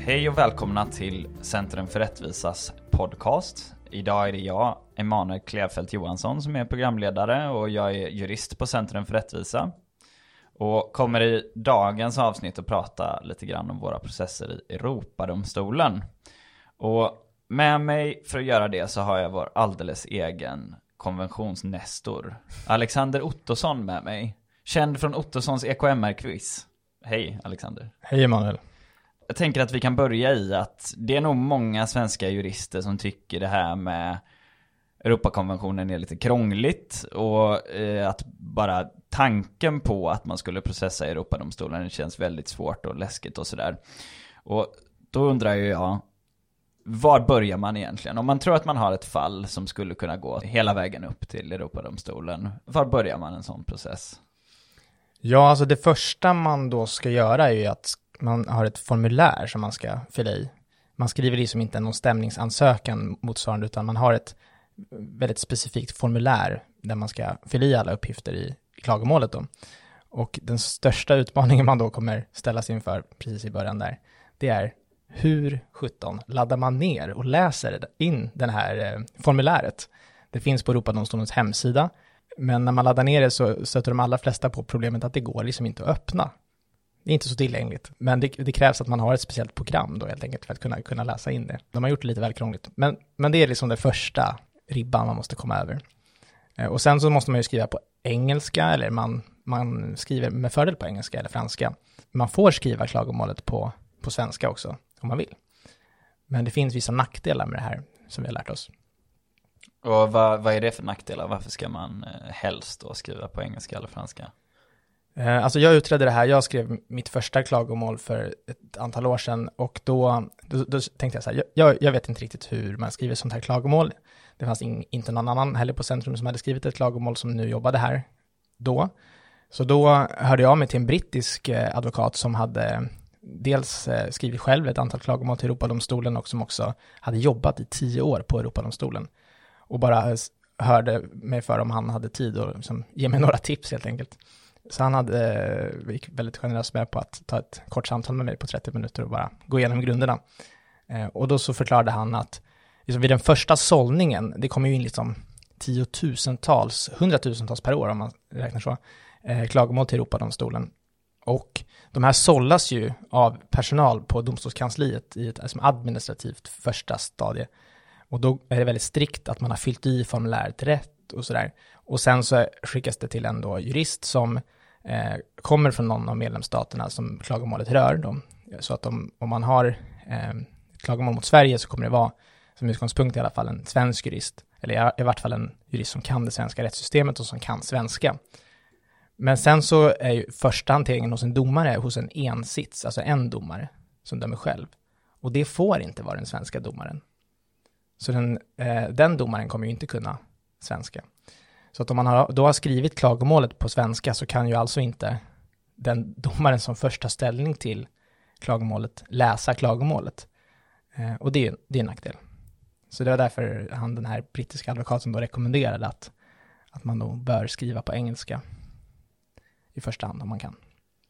Hej och välkomna till Centrum för rättvisas podcast. Idag är det jag, Emanuel Klevfeldt Johansson, som är programledare och jag är jurist på Centrum för rättvisa. Och kommer i dagens avsnitt att prata lite grann om våra processer i Europadomstolen. Och med mig för att göra det så har jag vår alldeles egen konventionsnestor Alexander Ottosson med mig. Känd från Ottossons EKMR-quiz. Hej Alexander. Hej Emanuel. Jag tänker att vi kan börja i att det är nog många svenska jurister som tycker det här med Europakonventionen är lite krångligt och att bara tanken på att man skulle processa i Europadomstolen känns väldigt svårt och läskigt och sådär. Och då undrar ju jag, var börjar man egentligen? Om man tror att man har ett fall som skulle kunna gå hela vägen upp till Europadomstolen, var börjar man en sån process? Ja, alltså det första man då ska göra är ju att man har ett formulär som man ska fylla i. Man skriver liksom inte någon stämningsansökan motsvarande, utan man har ett väldigt specifikt formulär där man ska fylla i alla uppgifter i klagomålet då. Och den största utmaningen man då kommer ställas inför precis i början där, det är hur 17 laddar man ner och läser in den här formuläret. Det finns på Europadomstolens hemsida, men när man laddar ner det så stöter de allra flesta på problemet att det går liksom inte att öppna. Det är inte så tillgängligt, men det krävs att man har ett speciellt program då helt enkelt för att kunna läsa in det. De har gjort det lite väl krångligt, men det är liksom det första ribban man måste komma över. Och sen så måste man ju skriva på engelska, eller man skriver med fördel på engelska eller franska. Man får skriva klagomålet på svenska också om man vill. Men det finns vissa nackdelar med det här som vi har lärt oss. Och vad är det för nackdelar? Varför ska man helst då skriva på engelska eller franska? Alltså jag utredde det här, jag skrev mitt första klagomål för ett antal år sedan och då tänkte jag så här, jag vet inte riktigt hur man skriver sånt här klagomål. Det fanns inte någon annan heller på Centrum som hade skrivit ett klagomål som nu jobbade här då. Så då hörde jag mig till en brittisk advokat som hade dels skrivit själv ett antal klagomål till Europadomstolen och som också hade jobbat i 10 år på Europadomstolen. Och bara hörde mig för om han hade tid och liksom ge mig några tips helt enkelt. Så han gick väldigt generöst med på att ta ett kort samtal med mig på 30 minuter och bara gå igenom grunderna. Och då så förklarade han att liksom vid den första sållningen, det kommer ju in liksom 10-tusentals, 100-tusentals per år om man räknar så, klagomål till Europadomstolen. Och de här sållas ju av personal på domstolskansliet i ett alltså administrativt första stadie. Och då är det väldigt strikt att man har fyllt i formuläret rätt och sådär. Och sen så skickas det till en då jurist som kommer från någon av medlemsstaterna som klagomålet rör dem. Så att om man har ett klagomål mot Sverige så kommer det vara som utgångspunkt i alla fall en svensk jurist. Eller i vart fall en jurist som kan det svenska rättssystemet och som kan svenska. Men sen så är ju första hanteringen hos en domare hos en ensits, alltså en domare som dömer själv. Och det får inte vara den svenska domaren. Så den domaren kommer ju inte kunna svenska. Så att om man då har skrivit klagomålet på svenska så kan ju alltså inte den domaren som första ställning till klagomålet läsa klagomålet. Och det är en nackdel. Så det var därför den här brittiska advokaten då rekommenderade att man då bör skriva på engelska i första hand om man kan.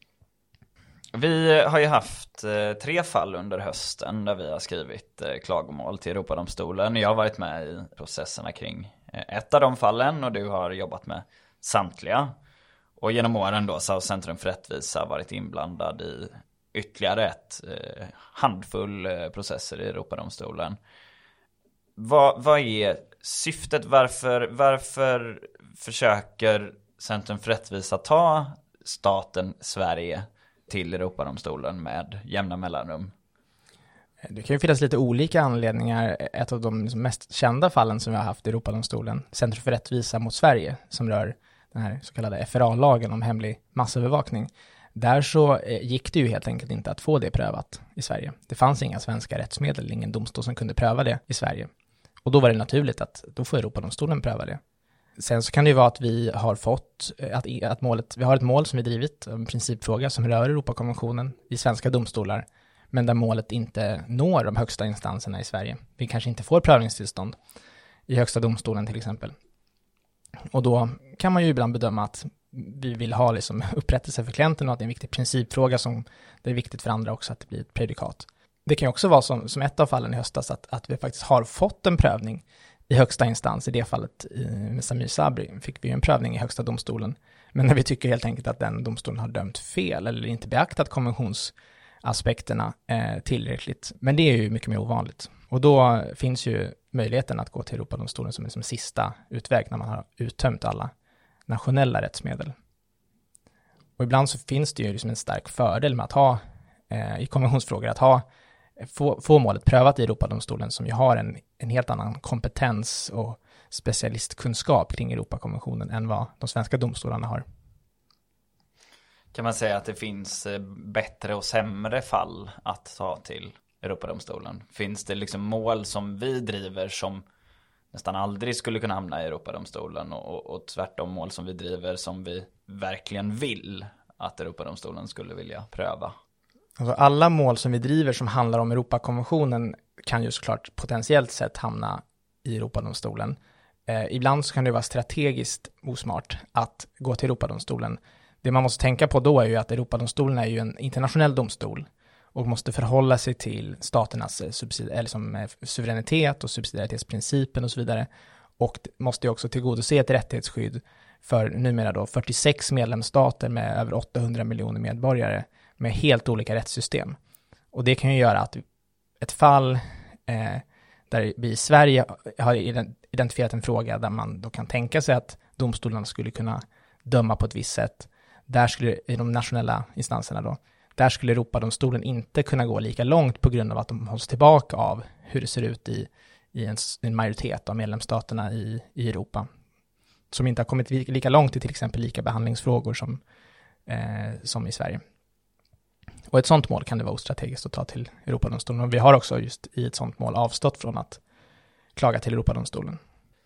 Vi har ju haft 3 fall under hösten där vi har skrivit klagomål till Europadomstolen. Jag har varit med i processerna kring ett av de fallen och du har jobbat med samtliga. Och genom åren då så har Centrum för rättvisa varit inblandad i ytterligare ett handfull processer i Europadomstolen. Vad är syftet? Varför försöker Centrum för rättvisa ta staten Sverige till Europadomstolen med jämna mellanrum? Det kan ju finnas lite olika anledningar. Ett av de mest kända fallen som vi har haft i Europadomstolen, Centrum för rättvisa mot Sverige, som rör den här så kallade FRA-lagen om hemlig massövervakning. Där så gick det ju helt enkelt inte att få det prövat i Sverige. Det fanns inga svenska rättsmedel, ingen domstol som kunde pröva det i Sverige. Och då var det naturligt att då får Europadomstolen pröva det. Sen så kan det ju vara att vi har fått vi har ett mål som vi drivit, en principfråga som rör Europakonventionen i svenska domstolar, men där målet inte når de högsta instanserna i Sverige. Vi kanske inte får prövningstillstånd i högsta domstolen till exempel. Och då kan man ju ibland bedöma att vi vill ha liksom upprättelse för klienten och att det är en viktig principfråga som det är viktigt för andra också att det blir ett prejudikat. Det kan ju också vara som ett av fallen i höstas att vi faktiskt har fått en prövning i högsta instans. I det fallet med Samir Sabri fick vi ju en prövning i högsta domstolen. Men när vi tycker helt enkelt att den domstolen har dömt fel eller inte beaktat konventionsaspekterna tillräckligt. Men det är ju mycket mer ovanligt. Och då finns ju möjligheten att gå till Europadomstolen som en sista utväg när man har uttömt alla nationella rättsmedel. Och ibland så finns det ju liksom en stark fördel med att ha i konventionsfrågor att få målet prövat i Europadomstolen som ju har en helt annan kompetens och specialistkunskap kring Europakonventionen än vad de svenska domstolarna har. Kan man säga att det finns bättre och sämre fall att ta till Europadomstolen? Finns det liksom mål som vi driver som nästan aldrig skulle kunna hamna i Europadomstolen och tvärtom mål som vi driver som vi verkligen vill att Europadomstolen skulle vilja pröva? Alltså alla mål som vi driver som handlar om Europakonventionen kan ju såklart potentiellt sett hamna i Europadomstolen. Ibland så kan det vara strategiskt osmart att gå till Europadomstolen. Det man måste tänka på då är ju att Europadomstolen är ju en internationell domstol och måste förhålla sig till staternas suveränitet och subsidiaritetsprincipen och så vidare. Och måste ju också tillgodose ett rättighetsskydd för numera då 46 medlemsstater med över 800 miljoner medborgare med helt olika rättssystem. Och det kan ju göra att ett fall där vi i Sverige har identifierat en fråga där man då kan tänka sig att domstolarna skulle kunna döma på ett visst sätt. Där skulle i de nationella instanserna då, där skulle Europadomstolen inte kunna gå lika långt på grund av att de hålls tillbaka av hur det ser ut i en majoritet av medlemsstaterna i Europa. Som inte har kommit lika långt i till exempel lika behandlingsfrågor som i Sverige. Och ett sånt mål kan det vara ostrategiskt att ta till Europadomstolen. Och vi har också just i ett sånt mål avstått från att klaga till Europadomstolen.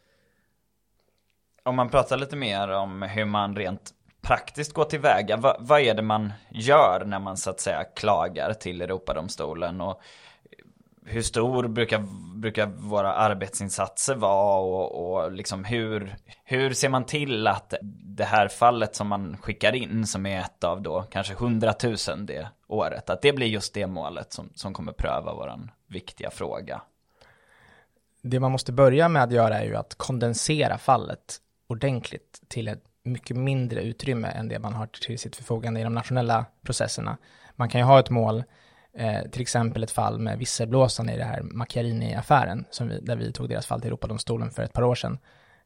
Om man pratar lite mer om hur man rent praktiskt går tillväga, vad är det man gör när man så att säga klagar till Europadomstolen och hur stor brukar våra arbetsinsatser vara och liksom hur ser man till att det här fallet som man skickar in som är ett av då kanske 100 000 det året, att det blir just det målet som kommer pröva våran viktiga fråga? Det man måste börja med att göra är ju att kondensera fallet ordentligt till ett mycket mindre utrymme än det man har till sitt förfogande i de nationella processerna. Man kan ju ha ett mål, till exempel ett fall med visselblåsarna i det här Macchiarini-affären där vi tog deras fall till Europadomstolen för ett par år sedan.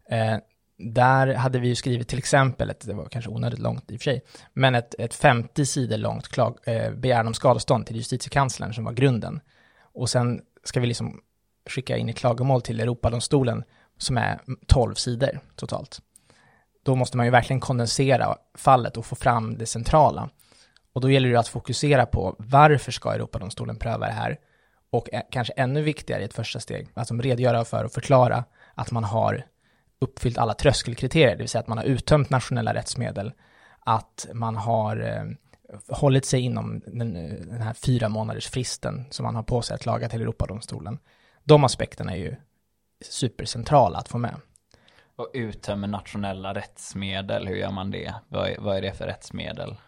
Där hade vi ju skrivit till exempel, det var kanske onödigt långt i och för sig, men ett 50 sidor långt begäran om skadestånd till justitiekanslern som var grunden. Och sen ska vi liksom skicka in ett klagomål till Europadomstolen som är 12 sidor totalt. Då måste man ju verkligen kondensera fallet och få fram det centrala. Och då gäller det att fokusera på varför ska Europadomstolen pröva det här? Och kanske ännu viktigare i ett första steg, att redogöra för och förklara att man har uppfyllt alla tröskelkriterier, det vill säga att man har uttömt nationella rättsmedel, att man har hållit sig inom den här 4 månaders fristen som man har på sig att laga till Europadomstolen. De aspekterna är ju supercentrala att få med. Och uttömmer nationella rättsmedel, hur gör man det? Vad är det för rättsmedel?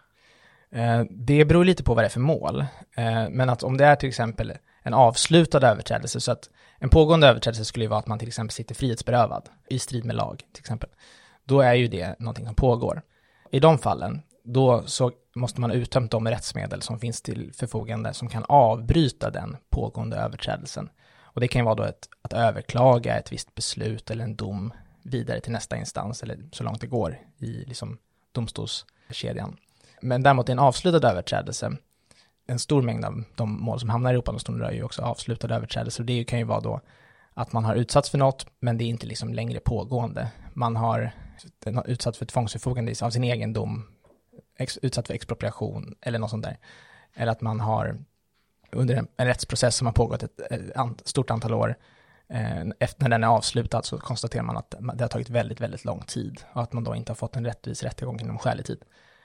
Det beror lite på vad det är för mål. Men att om det är till exempel en avslutad överträdelse, så att en pågående överträdelse skulle ju vara att man till exempel sitter frihetsberövad i strid med lag till exempel. Då är ju det någonting som pågår. I de fallen, då så måste man ha uttömt de rättsmedel som finns till förfogande som kan avbryta den pågående överträdelsen. Och det kan ju vara då att överklaga ett visst beslut eller en dom vidare till nästa instans eller så långt det går i liksom domstolskedjan. Men däremot en avslutad överträdelse, en stor mängd av de mål som hamnar i Europadomstolen är ju också avslutade överträdelser. Och det kan ju vara då att man har utsatts för något, men det är inte liksom längre pågående. Man har utsatt för tvångsförfogande av sin egendom, utsatt för expropriation eller något sånt där. Eller att man har under en rättsprocess som har pågått ett stort antal år, efter när den är avslutad så konstaterar man att det har tagit väldigt, väldigt lång tid och att man då inte har fått en rättvis rättegång inom skälig tid.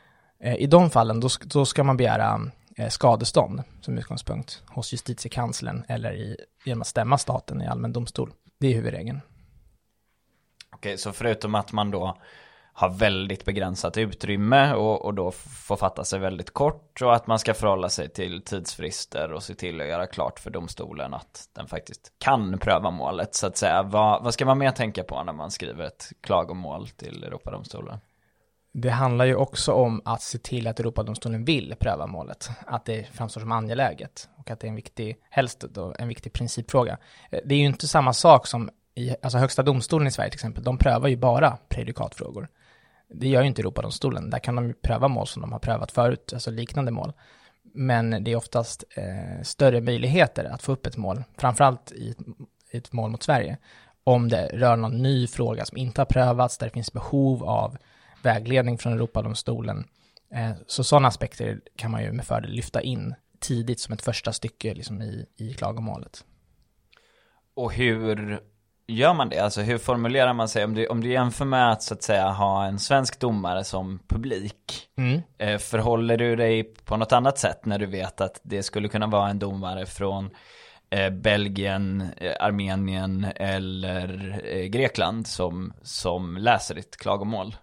I de fallen då ska man begära skadestånd som utgångspunkt hos justitiekanslern eller genom att stämma staten i allmän domstol. Det är huvudregeln. Okej, så förutom att man då har väldigt begränsat utrymme och då får fatta sig väldigt kort, och att man ska förhålla sig till tidsfrister och se till att göra klart för domstolen att den faktiskt kan pröva målet, så att säga. Vad ska man mer tänka på när man skriver ett klagomål till Europadomstolen? Det handlar ju också om att se till att Europadomstolen vill pröva målet, att det framstår som angeläget och att det är en viktig principfråga. Det är ju inte samma sak som alltså högsta domstolen i Sverige till exempel, de prövar ju bara prejudikatfrågor. Det gör ju inte Europadomstolen, där kan de ju pröva mål som de har prövat förut, alltså liknande mål. Men det är oftast större möjligheter att få upp ett mål, framförallt i ett mål mot Sverige, om det rör någon ny fråga som inte har prövats, där det finns behov av vägledning från Europadomstolen. Så sådana aspekter kan man ju med fördel lyfta in tidigt som ett första stycke liksom i klagomålet. Och hur gör man det? Alltså hur formulerar man sig? Om du jämför med att så att säga ha en svensk domare som publik, förhåller du dig på något annat sätt när du vet att det skulle kunna vara en domare från Belgien, Armenien eller Grekland som läser ditt klagomål?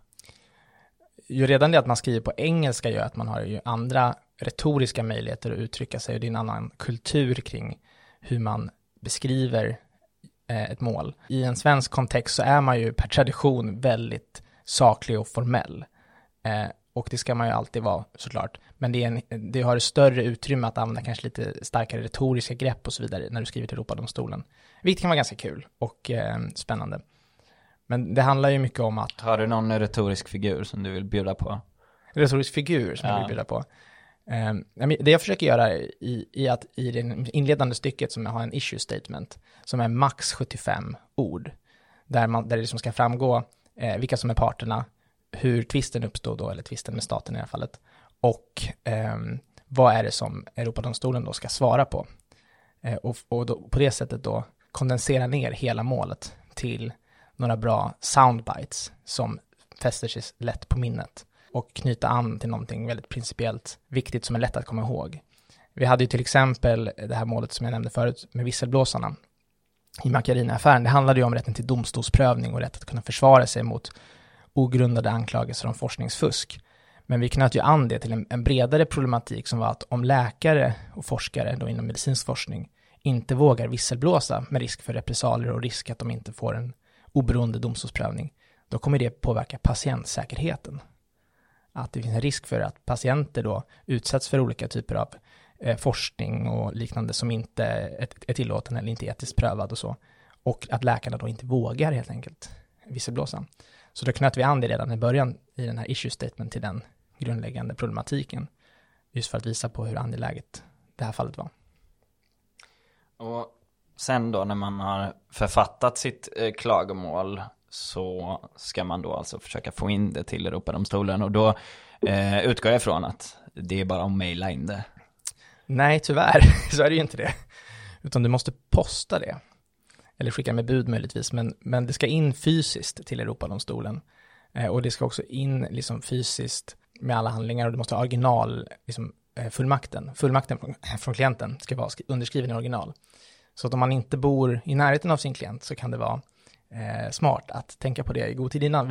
Ju redan det att man skriver på engelska gör att man har ju andra retoriska möjligheter att uttrycka sig, och det är en annan kultur kring hur man beskriver ett mål. I en svensk kontext så är man ju per tradition väldigt saklig och formell. Och det ska man ju alltid vara såklart. Men det har ett större utrymme att använda kanske lite starkare retoriska grepp och så vidare när du skriver till Europadomstolen. Vilket kan vara ganska kul och spännande. Men det handlar ju mycket om att... Har du någon retorisk figur som du vill bjuda på? Retorisk figur som jag vill bjuda på? Det jag försöker göra i det inledande stycket som jag har en issue statement som är max 75 ord där det liksom ska framgå vilka som är parterna, hur tvisten uppstår då, eller tvisten med staten i det här fallet, och vad är det som Europadomstolen då ska svara på, och då, på det sättet då kondensera ner hela målet till några bra soundbites som fäster sig lätt på minnet och knyta an till någonting väldigt principiellt viktigt som är lätt att komma ihåg. Vi hade ju till exempel det här målet som jag nämnde förut med visselblåsarna i Macchiarini-affären. Det handlade ju om rätten till domstolsprövning och rätt att kunna försvara sig mot ogrundade anklagelser om forskningsfusk. Men vi knöt ju an det till en bredare problematik som var att om läkare och forskare då inom medicinsk forskning inte vågar visselblåsa med risk för repressalier och risk att de inte får en oberoende domstolsprövning, då kommer det påverka patientsäkerheten. Att det finns en risk för att patienter då utsätts för olika typer av forskning och liknande som inte är tillåten eller inte etiskt prövad och så. Och att läkarna då inte vågar helt enkelt visselblåsa. Så då knöt vi an det redan i början i den här issue statement till den grundläggande problematiken. Just för att visa på hur angeläget det här fallet var. Och sen då när man har författat sitt klagomål så ska man då alltså försöka få in det till Europadomstolen, och då utgår jag ifrån att det är bara att mejla in det. Nej, tyvärr så är det ju inte det. Utan du måste posta det. Eller skicka med bud möjligtvis, men det ska in fysiskt till Europadomstolen. Och det ska också in liksom fysiskt med alla handlingar, och du måste ha original liksom, fullmakten. Fullmakten från klienten ska vara underskriven i original. Så att om man inte bor i närheten av sin klient så kan det vara smart att tänka på det i god tid innan.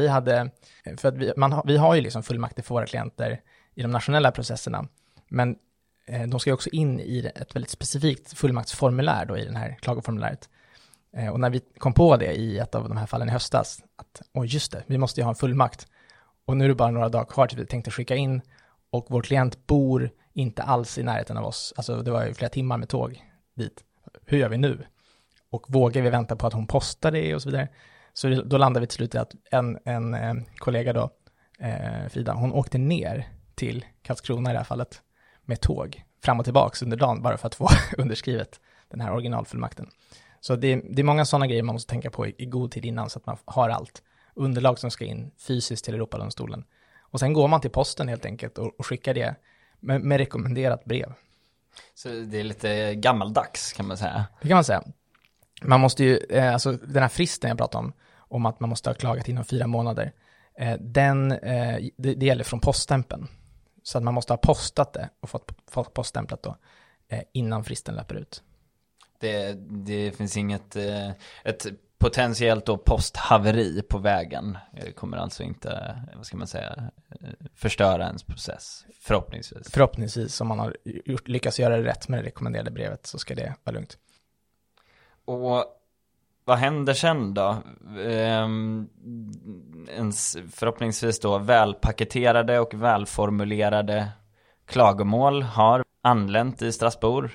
Vi har ju liksom fullmakter för våra klienter i de nationella processerna, men de ska ju också in i ett väldigt specifikt fullmaktsformulär då i den här klagoformuläret. Och när vi kom på det i ett av de här fallen i höstas, att just det, vi måste ju ha en fullmakt. Och nu är det bara några dagar kvar till vi tänkte skicka in, och vår klient bor inte alls i närheten av oss. Alltså det var ju flera timmar med tåg dit. Hur gör vi nu? Och vågar vi vänta på att hon postar det och så vidare? Så då landade vi till slut i att en kollega då, Frida, hon åkte ner till Karlskrona i det här fallet med tåg fram och tillbaka under dagen bara för att få underskrivet den här originalfullmakten. Så det är många sådana grejer man måste tänka på i god tid innan, så att man har allt underlag som ska in fysiskt till Europadomstolen. Och sen går man till posten helt enkelt och skickar det med rekommenderat brev. Så det är lite gammaldags kan man säga. Det kan man säga. Man måste ju, alltså den här fristen jag pratade om att man måste ha klagat inom 4 månader, det gäller från poststämpeln. Så att man måste ha postat det och fått poststämplat då innan fristen löper ut. Det finns inget ett potentiellt då posthaveri på vägen. Det kommer alltså inte, vad ska man säga, förstöra ens process, förhoppningsvis. Förhoppningsvis, om man har lyckats göra det rätt med det rekommenderade brevet, så ska det vara lugnt. Och vad händer sen då? Förhoppningsvis då välpaketerade och välformulerade klagomål har anlänt i Strasbourg.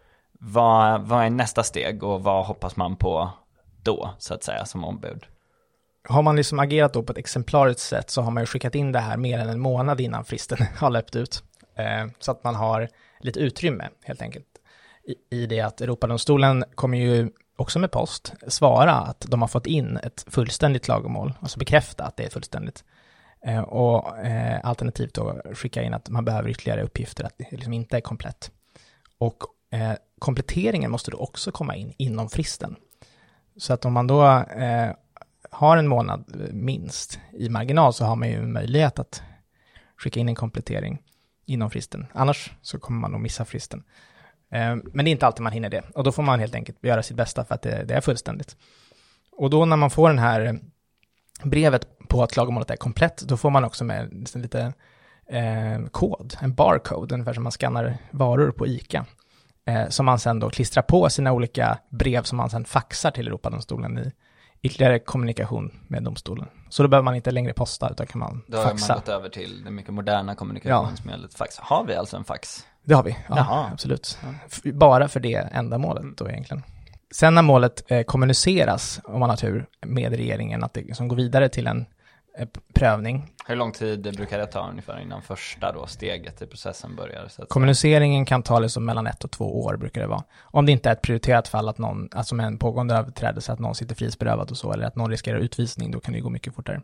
Vad är nästa steg och vad hoppas man på då, så att säga, som ombud? Har man liksom agerat då på ett exemplariskt sätt, så har man ju skickat in det här mer än en månad innan fristen har löpt ut. Så att man har lite utrymme, helt enkelt. I det att Europadomstolen kommer ju också med post svara att de har fått in ett fullständigt klagomål, alltså bekräfta att det är fullständigt. Och alternativt då skicka in att man behöver ytterligare uppgifter, att det liksom inte är komplett. Och kompletteringen måste då också komma in inom fristen. Så att om man då har en månad minst i marginal, så har man ju möjlighet att skicka in en komplettering inom fristen. Annars så kommer man nog missa fristen. Men det är inte alltid man hinner det. Och då får man helt enkelt göra sitt bästa för att det är fullständigt. Och då när man får den här brevet på att klagomålet är komplett, då får man också med lite kod, en barcode, ungefär som man skannar varor på ICA. Som man sen då klistrar på sina olika brev som man sen faxar till Europadomstolen i ytterligare kommunikation med domstolen. Så då behöver man inte längre posta, utan kan man då faxa. Då har man gått över till det mycket moderna kommunikationsmedlet fax. Har vi alltså en fax? Det har vi, ja, absolut. Bara för det ändamålet då egentligen. Sen när målet kommuniceras, om man har tur, med regeringen, att det som går vidare till en prövning. Hur lång tid brukar det ta ungefär innan första då steget i processen börjar? Så att kommuniceringen kan ta liksom mellan 1 och 2 år brukar det vara. Om det inte är ett prioriterat fall, att någon, alltså med en pågående överträdelse, att någon sitter frihetsberövad och så, eller att någon riskerar utvisning, då kan det gå mycket fortare.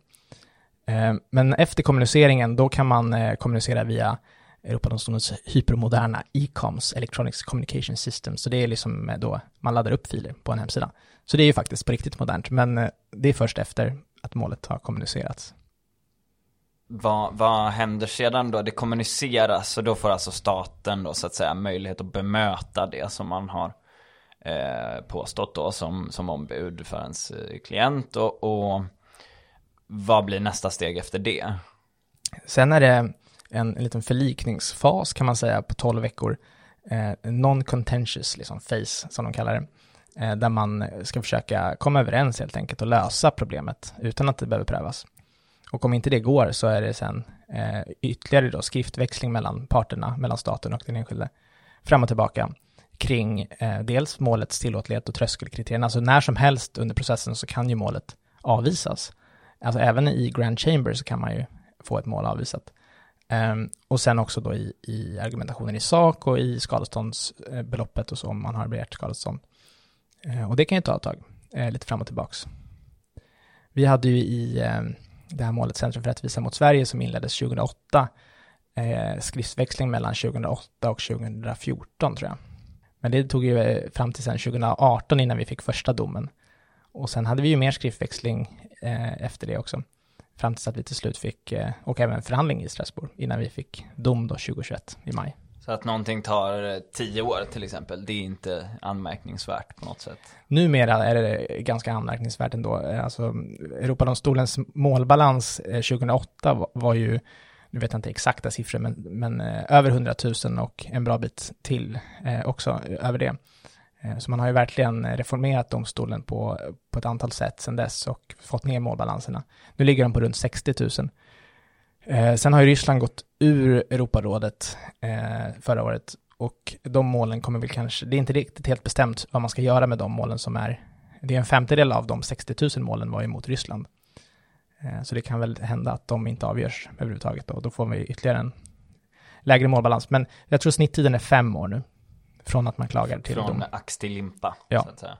Men efter kommuniceringen, då kan man kommunicera via Europadomstolens hypermoderna e-coms, Electronic Communication System. Så det är liksom då man laddar upp filer på en hemsida. Så det är ju faktiskt på riktigt modernt, men det är först efter att målet har kommunicerats. Vad händer sedan då? Det kommuniceras, och då får alltså staten då, så att säga, möjlighet att bemöta det som man har påstått då som ombud för ens klient. Och vad blir nästa steg efter det? Sen är det en liten förlikningsfas, kan man säga, på 12 veckor. Non-contentious liksom, phase som de kallar det. Där man ska försöka komma överens helt enkelt och lösa problemet utan att det behöver prövas. Och om inte det går, så är det sen ytterligare då skriftväxling mellan parterna, mellan staten och den enskilde, fram och tillbaka kring dels målets tillåtlighet och tröskelkriterierna. Alltså när som helst under processen så kan ju målet avvisas. Alltså även i Grand Chamber så kan man ju få ett mål avvisat. Och sen också då i argumentationen i sak och i skadeståndsbeloppet och så, om man har begärt skadestånd. Och det kan ju ta ett tag, lite fram och tillbaks. Vi hade ju i det här målet Centrum för rättvisa mot Sverige, som inleddes 2008, skriftväxling mellan 2008 och 2014 tror jag. Men det tog ju fram till sen 2018 innan vi fick första domen. Och sen hade vi ju mer skriftväxling efter det också. Fram tills att vi till slut fick, och även förhandling i Strasbourg, innan vi fick dom då 2021 i maj. Så att någonting tar 10 år till exempel, det är inte anmärkningsvärt på något sätt? Numera är det ganska anmärkningsvärt ändå. Alltså, Europadomstolens målbalans 2008 var ju, nu vet jag inte exakta siffror, men över 100 000 och en bra bit till också över det. Så man har ju verkligen reformerat domstolen på ett antal sätt sedan dess och fått ner målbalanserna. Nu ligger de på runt 60 000. Sen har ju Ryssland gått ur Europarådet förra året, och de målen kommer väl kanske, det är inte riktigt helt bestämt vad man ska göra med de målen som är, det är en femtedel av de 60 000 målen var emot Ryssland. Så det kan väl hända att de inte avgörs överhuvudtaget då får vi ytterligare en lägre målbalans. Men jag tror snitttiden är 5 år nu, från att man klagar till från dom. Från ax till limpa, ja. Så att säga.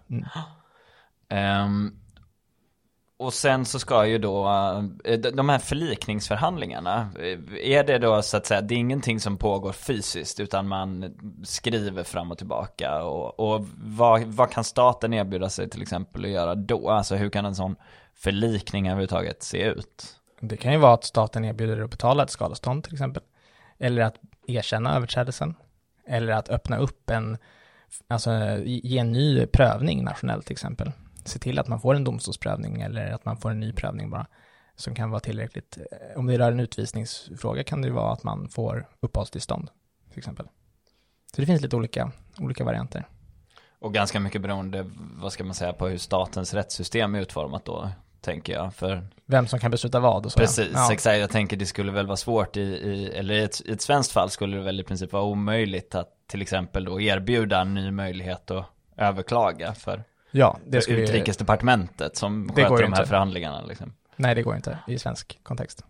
Och sen så ska ju då de här förlikningsförhandlingarna, är det då så att säga, det är ingenting som pågår fysiskt, utan man skriver fram och tillbaka, och vad kan staten erbjuda sig till exempel att göra då? Alltså hur kan en sån förlikning överhuvudtaget se ut? Det kan ju vara att staten erbjuder att betala ett skadestånd till exempel, eller att erkänna överträdelsen, eller att öppna upp ge en ny prövning nationellt till exempel. se till att man får en domstolsprövning eller att man får en ny prövning bara, som kan vara tillräckligt. Om det rör en utvisningsfråga kan det vara att man får uppehållstillstånd till exempel. Så det finns lite olika varianter. Och ganska mycket beroende, vad ska man säga, på hur statens rättssystem är utformat då, tänker jag. För vem som kan besluta vad och så. Precis, exakt. Jag tänker det skulle väl vara svårt i ett svenskt fall skulle det väl i princip vara omöjligt att till exempel då erbjuda en ny möjlighet att överklaga för utrikesdepartementet som sköter de här förhandlingarna liksom. Nej, det går inte i svensk kontext.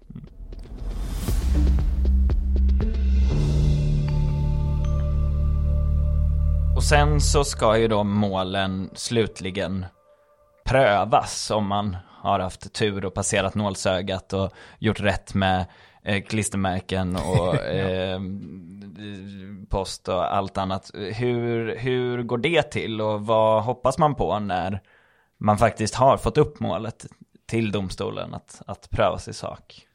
Och sen så ska ju då målen slutligen prövas om man har haft tur och passerat nålsögat och gjort rätt med klistermärken och post och allt annat. Hur går det till och vad hoppas man på när man faktiskt har fått upp målet till domstolen att prövas i sak?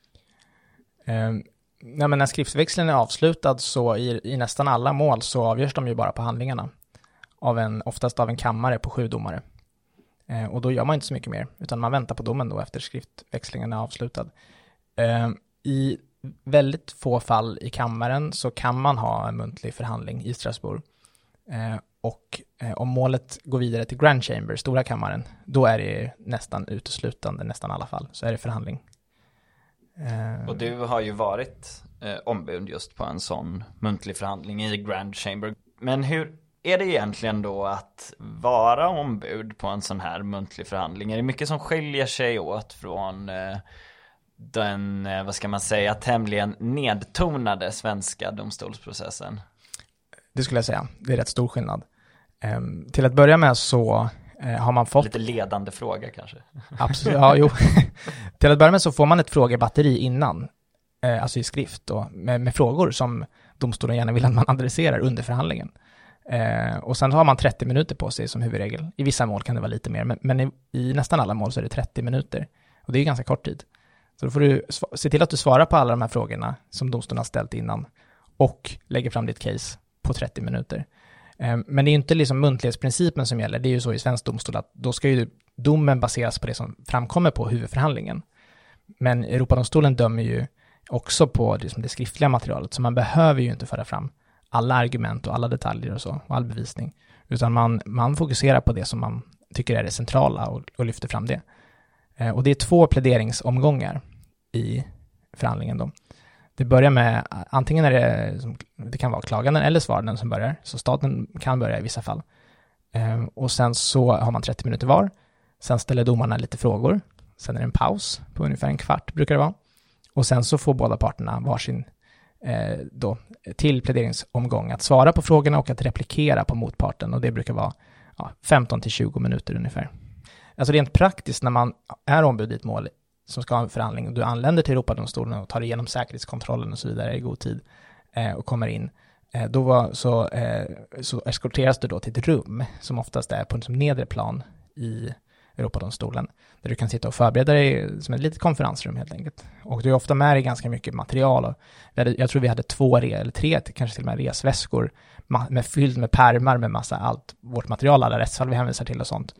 Nej, men när skriftväxlingen är avslutad så i nästan alla mål så avgörs de ju bara på handlingarna oftast av en kammare på 7 domare. Och då gör man inte så mycket mer, utan man väntar på domen då efter skriftväxlingen är avslutad. I väldigt få fall i kammaren så kan man ha en muntlig förhandling i Strasbourg. Och om målet går vidare till Grand Chamber, stora kammaren, då är det nästan uteslutande, nästan alla fall, så är det förhandling. Och du har ju varit ombud just på en sån muntlig förhandling i Grand Chamber. Men hur är det egentligen då att vara ombud på en sån här muntlig förhandling? Är det mycket som skiljer sig åt från den, vad ska man säga, tämligen nedtonade svenska domstolsprocessen? Det skulle jag säga. Det är rätt stor skillnad. Till att börja med så har man fått... Lite ledande fråga kanske. Absolut, ja, jo. Till att börja med så får man ett frågebatteri innan, alltså i skrift då, med frågor som domstolen gärna vill att man adresserar under förhandlingen. Och sen har man 30 minuter på sig som huvudregel. I vissa mål kan det vara lite mer, men i nästan alla mål så är det 30 minuter. Och det är ganska kort tid. Så då får du se till att du svarar på alla de här frågorna som domstolen har ställt innan och lägger fram ditt case på 30 minuter. Men det är ju inte liksom muntlighetsprincipen som gäller. Det är ju så i svensk domstol att då ska ju domen baseras på det som framkommer på huvudförhandlingen. Men Europadomstolen dömer ju också på det skriftliga materialet, så man behöver ju inte föra fram alla argument och alla detaljer och så, och all bevisning. Utan man fokuserar på det som man tycker är det centrala och lyfter fram det. Och det är 2 pläderingsomgångar i förhandlingen då. Det börjar med, antingen är det kan vara klaganden eller svaranden som börjar, så staten kan börja i vissa fall. Och sen så har man 30 minuter var. Sen ställer domarna lite frågor. Sen är det en paus på ungefär en kvart brukar det vara. Och sen så får båda parterna varsin då till pläderingsomgång att svara på frågorna och att replikera på motparten, och det brukar vara 15-20 minuter ungefär. Alltså rent praktiskt när man är ombud i ett mål som ska ha en förhandling och du anländer till Europadomstolen och tar igenom säkerhetskontrollen och så vidare i god tid och kommer in, då så eskorteras du då till ett rum som oftast är på en nedre plan i Europadomstolen, där du kan sitta och förbereda dig som ett litet konferensrum helt enkelt. Och du är ofta med i ganska mycket material. Och jag tror vi hade 2 eller 3, kanske till och med resväskor fylld med pärmar med massa allt vårt material, alla rättsfall vi hänvisar till och sånt.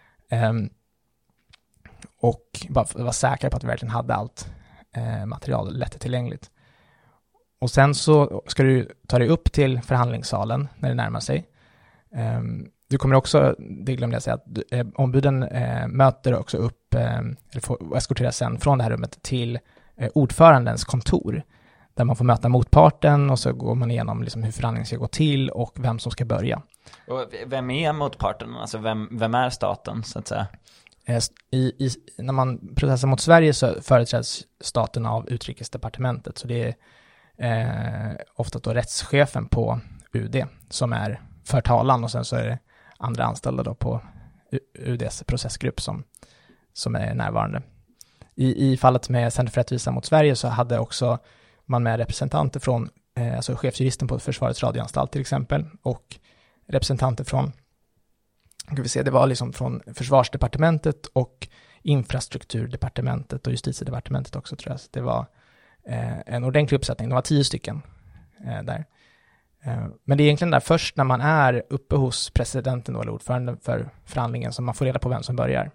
Och bara vara säker på att vi verkligen hade allt material lättillgängligt. Och sen så ska du ta dig upp till förhandlingssalen när det närmar sig. Du kommer också, det glömde jag säga, att ombuden möter också upp, eller får eskorteras sen från det här rummet till ordförandens kontor, där man får möta motparten och så går man igenom liksom hur förhandlingen ska gå till och vem som ska börja. Och vem är motparten? Alltså vem är staten så att säga? När man processar mot Sverige så företräds staten av utrikesdepartementet, så det är ofta då rättschefen på UD som är för talan, och sen så är det andra anställda då på UDs processgrupp som är närvarande. I fallet med Center för rättvisa mot Sverige så hade också man med representanter från alltså chefsjuristen på Försvarets radioanstalt till exempel, och representanter från, det var liksom från Försvarsdepartementet och Infrastrukturdepartementet och Justitiedepartementet också, tror jag. Så det var en ordentlig uppsättning. Det var 10 stycken där. Men det är egentligen där först när man är uppe hos presidenten då, eller ordföranden för förhandlingen, som man får reda på vem som börjar.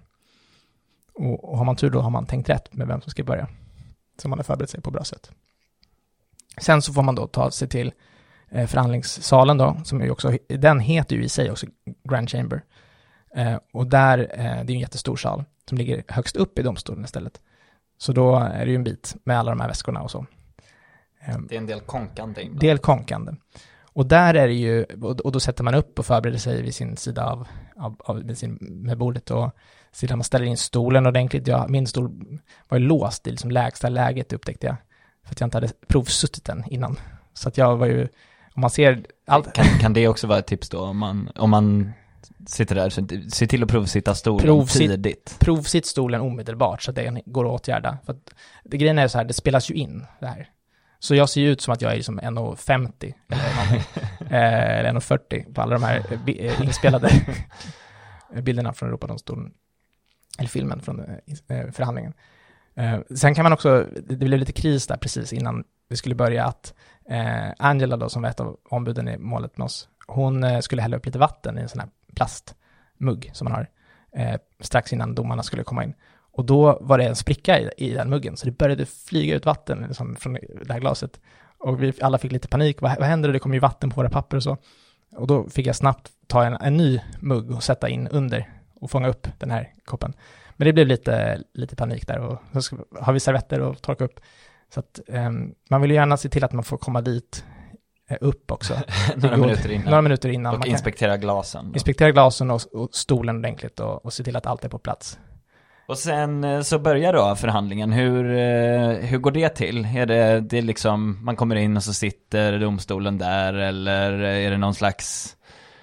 Och har man tur då har man tänkt rätt med vem som ska börja. Så man har förberett sig på bra sätt. Sen så får man då ta sig till förhandlingssalen då, som är också, den heter ju i sig också Grand Chamber. Och där, det är en jättestor sal som ligger högst upp i domstolen istället. Så då är det ju en bit med alla de här väskorna och så. Det är en del konkande inbland. Del konkande. Och där är det ju, och då sätter man upp och förbereder sig vid sin sida med bordet och sedan man ställer in stolen ordentligt. Min stol var ju låst i liksom lägsta läget, upptäckte jag. För att jag inte hade provsuttit den innan. Så att jag var ju, om man ser allt. Kan det också vara ett tips då? Om man sitter där, så se till att provsitta stolen tidigt. Provsitt stolen omedelbart så att det går att åtgärda. För att grejen är så här, det spelas ju in det här. Så jag ser ju ut som att jag är liksom 1,50 eller någonting. Eller 1,40 på alla de här inspelade bilderna från Europadomstolen. Eller filmen från förhandlingen. Sen kan man också, det blev lite kris där precis innan vi skulle börja, att Angela då, som var ett av ombuden i målet med oss, hon skulle hälla upp lite vatten i en sån här plastmugg som man har strax innan domarna skulle komma in. Och då var det en spricka i den muggen, så det började flyga ut vatten liksom, från det här glaset. Och vi alla fick lite panik. Vad händer? Det kommer ju vatten på våra papper och så. Och då fick jag snabbt ta en ny mugg och sätta in under och fånga upp den här koppen. Men det blev lite panik där, och så har vi servetter och torka upp. Så att man vill ju gärna se till att man får komma dit upp också. Några minuter innan. Och man inspektera glasen. Inspektera glasen och stolen ordentligt och se till att allt är på plats. Och sen så börjar då förhandlingen. Hur går det till? Är det liksom, man kommer in och så sitter domstolen där, eller är det någon slags...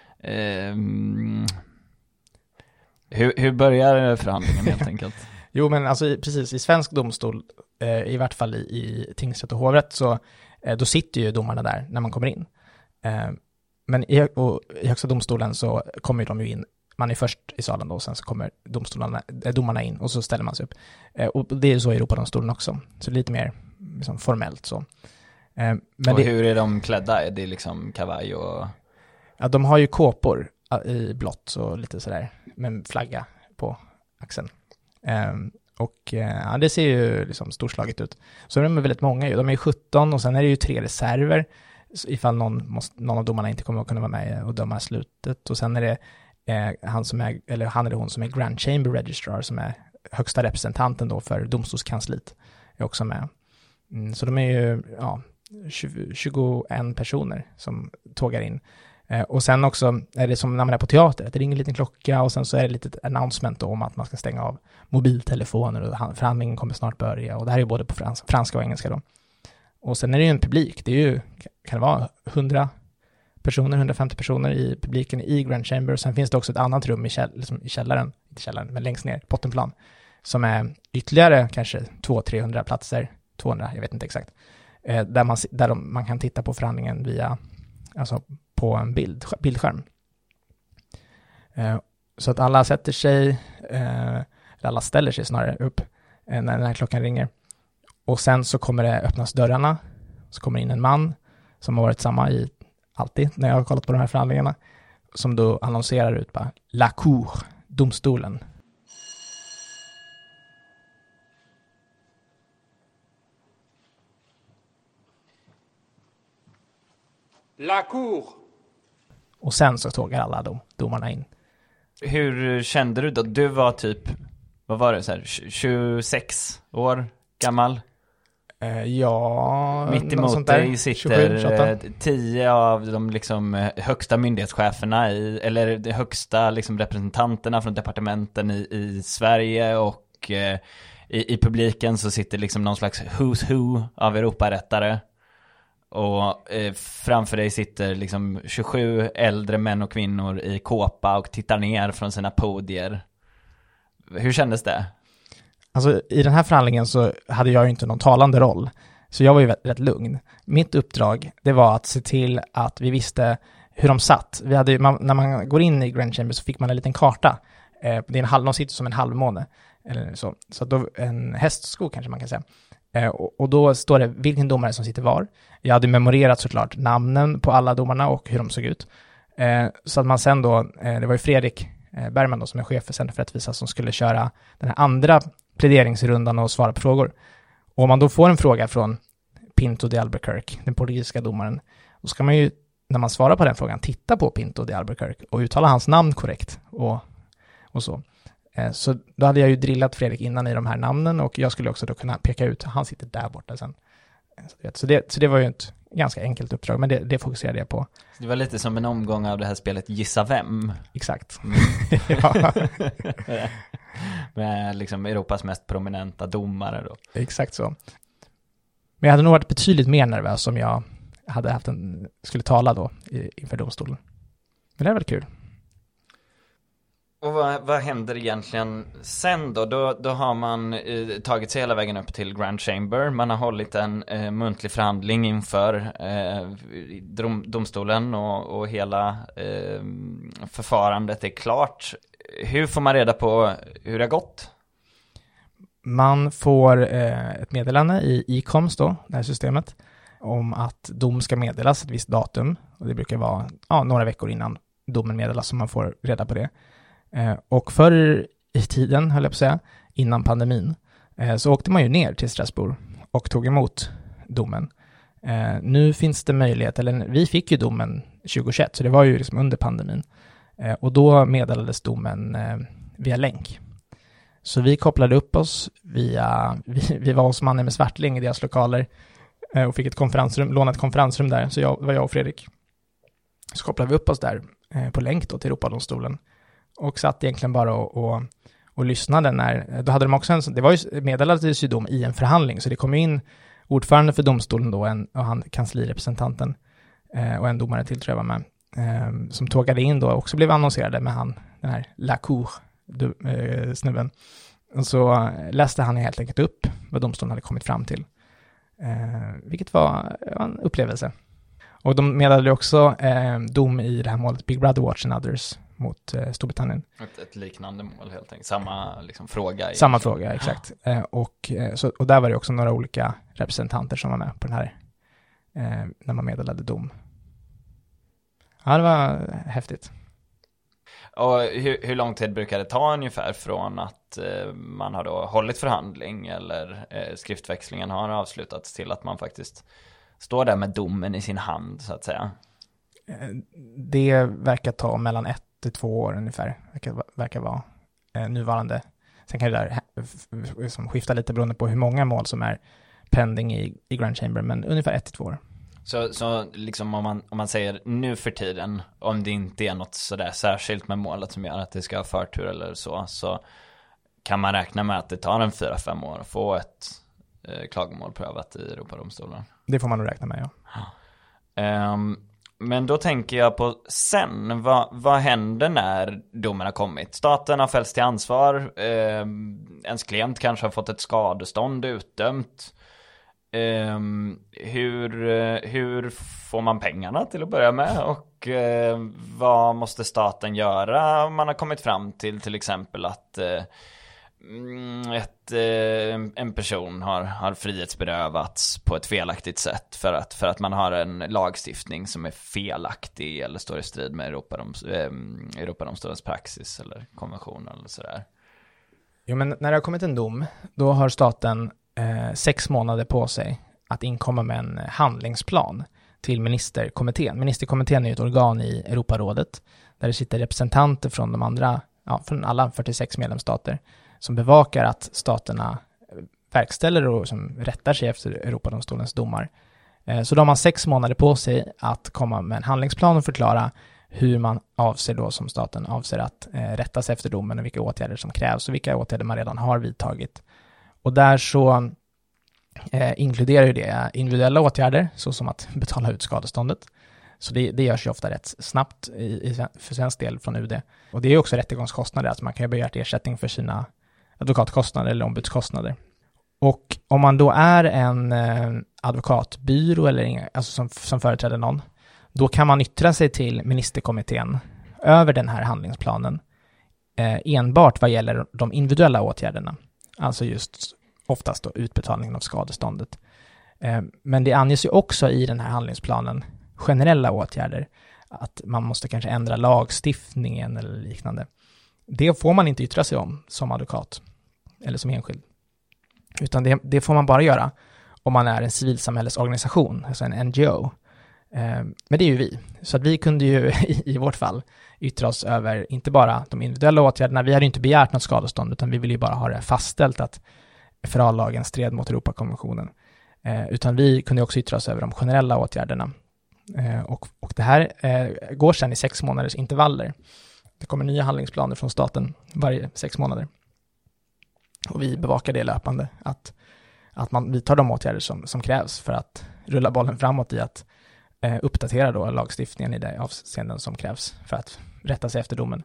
Hur börjar förhandlingen helt enkelt? Jo, men alltså precis, i svensk domstol, i vart fall i tingsrätt och hovrätt, så då sitter ju domarna där när man kommer in. Men i högsta domstolen så kommer de ju in. Man är först i salen då, och sen så kommer domarna in och så ställer man sig upp. Och det är ju så i Europadomstolen också. Så det är lite mer liksom, formellt så. Men och hur är de klädda? Är det liksom kavaj och... Ja, de har ju kåpor i blått och lite sådär med en flagga på axeln. Ja, det ser ju liksom storslaget ut. Så de är väldigt många ju. De är 17 och sen är det ju 3 reserver ifall någon av domarna inte kommer att kunna vara med och döma slutet. Och sen är det han eller hon som är Grand Chamber Registrar, som är högsta representanten då för domstolskansliet, är också med. Så de är ju 21 personer som tågar in. Och sen också är det som när man är på teater, att det ringer en liten klocka och sen så är det lite announcement om att man ska stänga av mobiltelefoner och förhandlingen kommer snart börja. Och det här är både på franska och engelska då. Och sen är det ju en publik, det är ju, kan det vara 150 personer i publiken i Grand Chamber. Och sen finns det också ett annat rum i källaren, inte källaren, men längst ner, bottenplan, som är ytterligare kanske 200-300 platser, 200, jag vet inte exakt, där man kan titta på förhandlingen via, alltså på en bildskärm. Så att alla sätter sig, eller alla ställer sig snarare upp när den här klockan ringer. Och sen så kommer det öppnas dörrarna, så kommer in en man som har varit samma i alltid när jag har kollat på de här förhandlingarna, som då annonserar ut bara La Cour, domstolen. La Cour. Och sen så tågar alla domarna in. Hur kände du då? Du var typ, vad var det, så här, 26 år gammal? Ja, mitt emot dig sitter 10 av de liksom högsta myndighetscheferna eller de högsta liksom representanterna från departementen i Sverige, och i publiken så sitter liksom någon slags who's who av Europarättare, och framför dig sitter liksom 27 äldre män och kvinnor i kåpa och tittar ner från sina podier. Hur kändes det? Alltså i den här förhandlingen så hade jag ju inte någon talande roll. Så jag var ju rätt lugn. Mitt uppdrag, det var att se till att vi visste hur de satt. Vi hade, när man går in i Grand Chamber så fick man en liten karta. Det är de sitter som en halvmåne. Eller så då, en hästsko kanske man kan säga. Och då står det vilken domare som sitter var. Jag hade memorerat såklart namnen på alla domarna och hur de såg ut. Så att man sen då, det var ju Fredrik Bergman då, som är chef för Center för rättvisa, som skulle köra den här andra pläderingsrundan och svara på frågor. Och om man då får en fråga från Pinto de Albuquerque, den portugisiska domaren, då ska man ju, när man svarar på den frågan, titta på Pinto de Albuquerque och uttala hans namn korrekt och så. Så då hade jag ju drillat Fredrik innan i de här namnen, och jag skulle också då kunna peka ut, han sitter där borta sen. Så det var ju ett ganska enkelt uppdrag, men det fokuserade jag på. Det var lite som en omgång av det här spelet Gissa vem. Exakt. Ja. Med liksom Europas mest prominenta domare då. Exakt så. Men jag hade nog varit betydligt mer nervös om jag hade skulle tala då inför domstolen. Men det var väldigt kul. Och vad händer egentligen sen då? Då har man tagit sig hela vägen upp till Grand Chamber. Man har hållit en muntlig förhandling inför domstolen och hela förfarandet är klart. Hur får man reda på hur det har gått? Man får ett meddelande i e-coms då, det här systemet, om att dom ska meddelas ett visst datum. Och det brukar vara några veckor innan domen meddelas som man får reda på det. Och förr i tiden, höll jag på att säga, innan pandemin, så åkte man ju ner till Strasbourg och tog emot domen. Nu finns det möjlighet, eller vi fick ju domen 2021, så det var ju liksom under pandemin. Och då meddelades domen via länk. Så vi kopplade upp oss vi var hos Mannen med Svartling i deras lokaler och fick lånat ett konferensrum där, så var jag och Fredrik. Så kopplade vi upp oss där på länk då till Europadomstolen. Och satt egentligen bara och lyssnade när, då hade de också det var ju meddelades ju dom i en förhandling, så det kom in ordförande för domstolen då, och han kanslirepresentanten och en domare till, tror jag var med, som tågade in då, också blev annonserade med den här La Cour snubben. Och så läste han helt enkelt upp vad domstolen hade kommit fram till, vilket var en upplevelse. Och de meddelade också dom i det här målet Big Brother Watch and Others mot Storbritannien. Ett liknande mål helt enkelt. Samma liksom fråga. Samma fråga, exakt. Och där var det också några olika representanter som var med på den här när man meddelade dom. Ja, det var häftigt. Och hur lång tid brukar det ta ungefär från att man har då hållit förhandling eller skriftväxlingen har avslutats till att man faktiskt står där med domen i sin hand, så att säga? Det verkar ta mellan 1 till 2 år ungefär. Verkar vara nuvarande. Sen kan det där skifta lite beroende på hur många mål som är pending i Grand Chamber, men ungefär 1 till 2 år. Så liksom om man säger nu för tiden, om det inte är något sådär särskilt med målet som gör att det ska ha förtur eller så kan man räkna med att det tar en 4-5 år att få ett klagomål prövat i Europadomstolen. Det får man nog räkna med, ja. Men då tänker jag på sen, vad händer när domen har kommit? Staten har fällts till ansvar, ens klient kanske har fått ett skadestånd utdömt. Hur får man pengarna till att börja med, och vad måste staten göra om man har kommit fram till exempel att en person har frihetsberövats på ett felaktigt sätt för att man har en lagstiftning som är felaktig eller står i strid med Europadomstolens praxis eller konvention eller sådär. Jo, men när det har kommit en dom, då har staten 6 månader på sig att inkomma med en handlingsplan till ministerkommittén. Ministerkommittén är ett organ i Europarådet där det sitter representanter från alla 46 medlemsstater som bevakar att staterna verkställer och som rättar sig efter Europadomstolens domar. Så de har 6 månader på sig att komma med en handlingsplan och förklara hur man avser då, som staten avser att rätta sig efter domen och vilka åtgärder som krävs och vilka åtgärder man redan har vidtagit. Och där så inkluderar ju det individuella åtgärder, så som att betala ut skadeståndet. Så det görs ju ofta rätt snabbt för svensk del från UD. Och det är ju också rättegångskostnader, att man kan ju begära ersättning för sina advokatkostnader eller ombudskostnader. Och om man då är en advokatbyrå eller som företräder någon, då kan man yttra sig till ministerkommittén över den här handlingsplanen enbart vad gäller de individuella åtgärderna. Alltså just oftast då utbetalningen av skadeståndet. Men det anges ju också i den här handlingsplanen generella åtgärder, att man måste kanske ändra lagstiftningen eller liknande. Det får man inte yttra sig om som advokat eller som enskild. Utan det får man bara göra om man är en civilsamhällesorganisation, alltså en NGO. Men det är ju vi. Så att vi kunde ju i vårt fall yttra oss över inte bara de individuella åtgärderna. Vi hade inte begärt något skadestånd, utan vi ville ju bara ha det fastställt att FRA-lagen stred mot Europakonventionen. Utan vi kunde också yttra oss över de generella åtgärderna. Och det här går sedan i 6 månaders intervaller. Det kommer nya handlingsplaner från staten varje 6 månader. Och vi bevakar det löpande, att man vidtar de åtgärder som krävs för att rulla bollen framåt i att uppdatera då lagstiftningen i det avseenden som krävs för att rätta sig efter domen.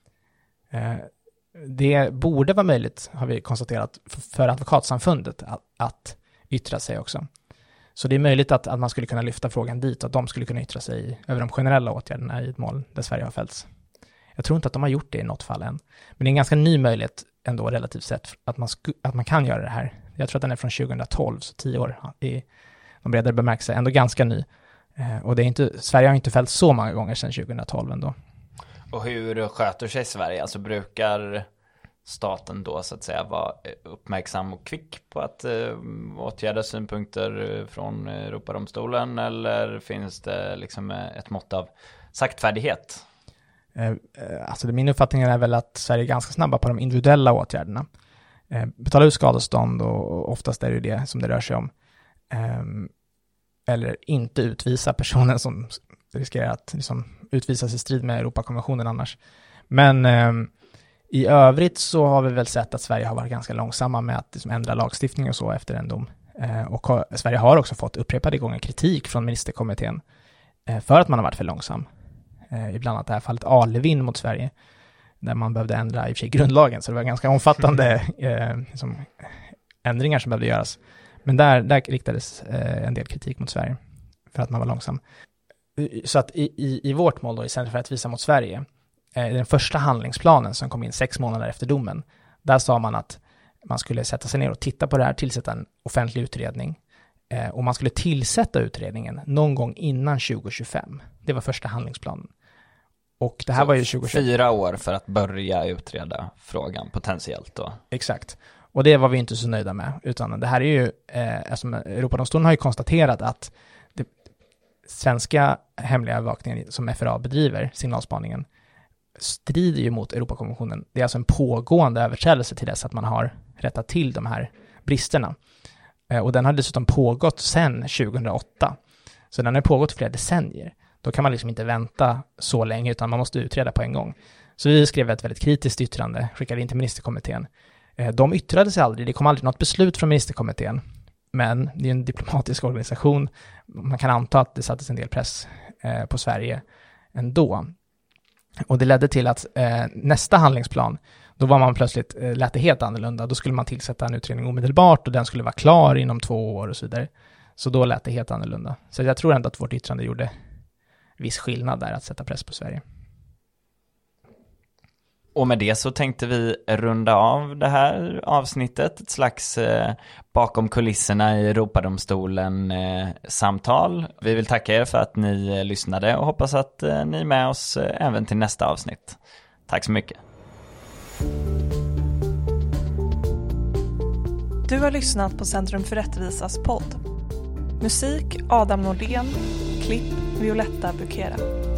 Det borde vara möjligt, har vi konstaterat, för advokatsamfundet att yttra sig också. Så det är möjligt att man skulle kunna lyfta frågan dit, att de skulle kunna yttra sig över de generella åtgärderna i ett mål där Sverige har fällts. Jag tror inte att de har gjort det i något fall än. Men det är en ganska ny möjlighet ändå relativt sett att man kan göra det här. Jag tror att den är från 2012, så 10 år i de bredare bemärkelse, ändå ganska ny. Och Sverige har inte fällt så många gånger sedan 2012 ändå. Och hur sköter sig Sverige? Alltså brukar staten då så att säga vara uppmärksam och kvick på att åtgärda synpunkter från Europadomstolen, eller finns det liksom ett mått av saktfärdighet? Alltså min uppfattning är väl att Sverige är ganska snabba på de individuella åtgärderna. Betala ut skadestånd, och oftast är det det som det rör sig om. Eller inte utvisa personen som riskerar att liksom utvisas i strid med Europakonventionen annars. Men i övrigt så har vi väl sett att Sverige har varit ganska långsamma med att liksom ändra lagstiftning och så efter en dom. Och Sverige har också fått upprepade gånger kritik från ministerkommittén för att man har varit för långsam. Ibland att det här fallet Alevin mot Sverige, där man behövde ändra i och för sig grundlagen, så det var ganska omfattande ändringar som behövde göras. Men där riktades en del kritik mot Sverige för att man var långsam. Så att i vårt mål då, i Centrum för rättvisa mot Sverige, den första handlingsplanen som kom in 6 månader efter domen, där sa man att man skulle sätta sig ner och titta på det här, tillsätta en offentlig utredning. Och man skulle tillsätta utredningen någon gång innan 2025. Det var första handlingsplanen. Och det här var ju 2025. 4 år för att börja utreda frågan potentiellt då. Exakt. Och det var vi inte så nöjda med. Utan det här är ju, alltså Europadomstolen har ju konstaterat att det svenska hemliga övervakningen som FRA bedriver, signalspaningen, strider ju mot Europakonventionen. Det är alltså en pågående överträdelse till dess att man har rättat till de här bristerna. Och den har dessutom pågått sedan 2008. Så den har pågått i flera decennier. Då kan man liksom inte vänta så länge, utan man måste utreda på en gång. Så vi skrev ett väldigt kritiskt yttrande, skickade in till ministerkommittén. De yttrade sig aldrig, det kom aldrig något beslut från ministerkommittén. Men det är en diplomatisk organisation. Man kan anta att det sattes en del press på Sverige ändå. Och det ledde till att nästa handlingsplan, då var man plötsligt, lät det helt annorlunda. Då skulle man tillsätta en utredning omedelbart och den skulle vara klar inom 2 år och så vidare. Så då lät det helt annorlunda. Så jag tror ändå att vårt yttrande gjorde viss skillnad där, att sätta press på Sverige. Och med det så tänkte vi runda av det här avsnittet, ett slags bakom kulisserna i Europadomstolen samtal. Vi vill tacka er för att ni lyssnade och hoppas att ni är med oss även till nästa avsnitt. Tack så mycket. Du har lyssnat på Centrum för rättvisas podd. Musik Adam Nordén, klipp Violetta Bukera.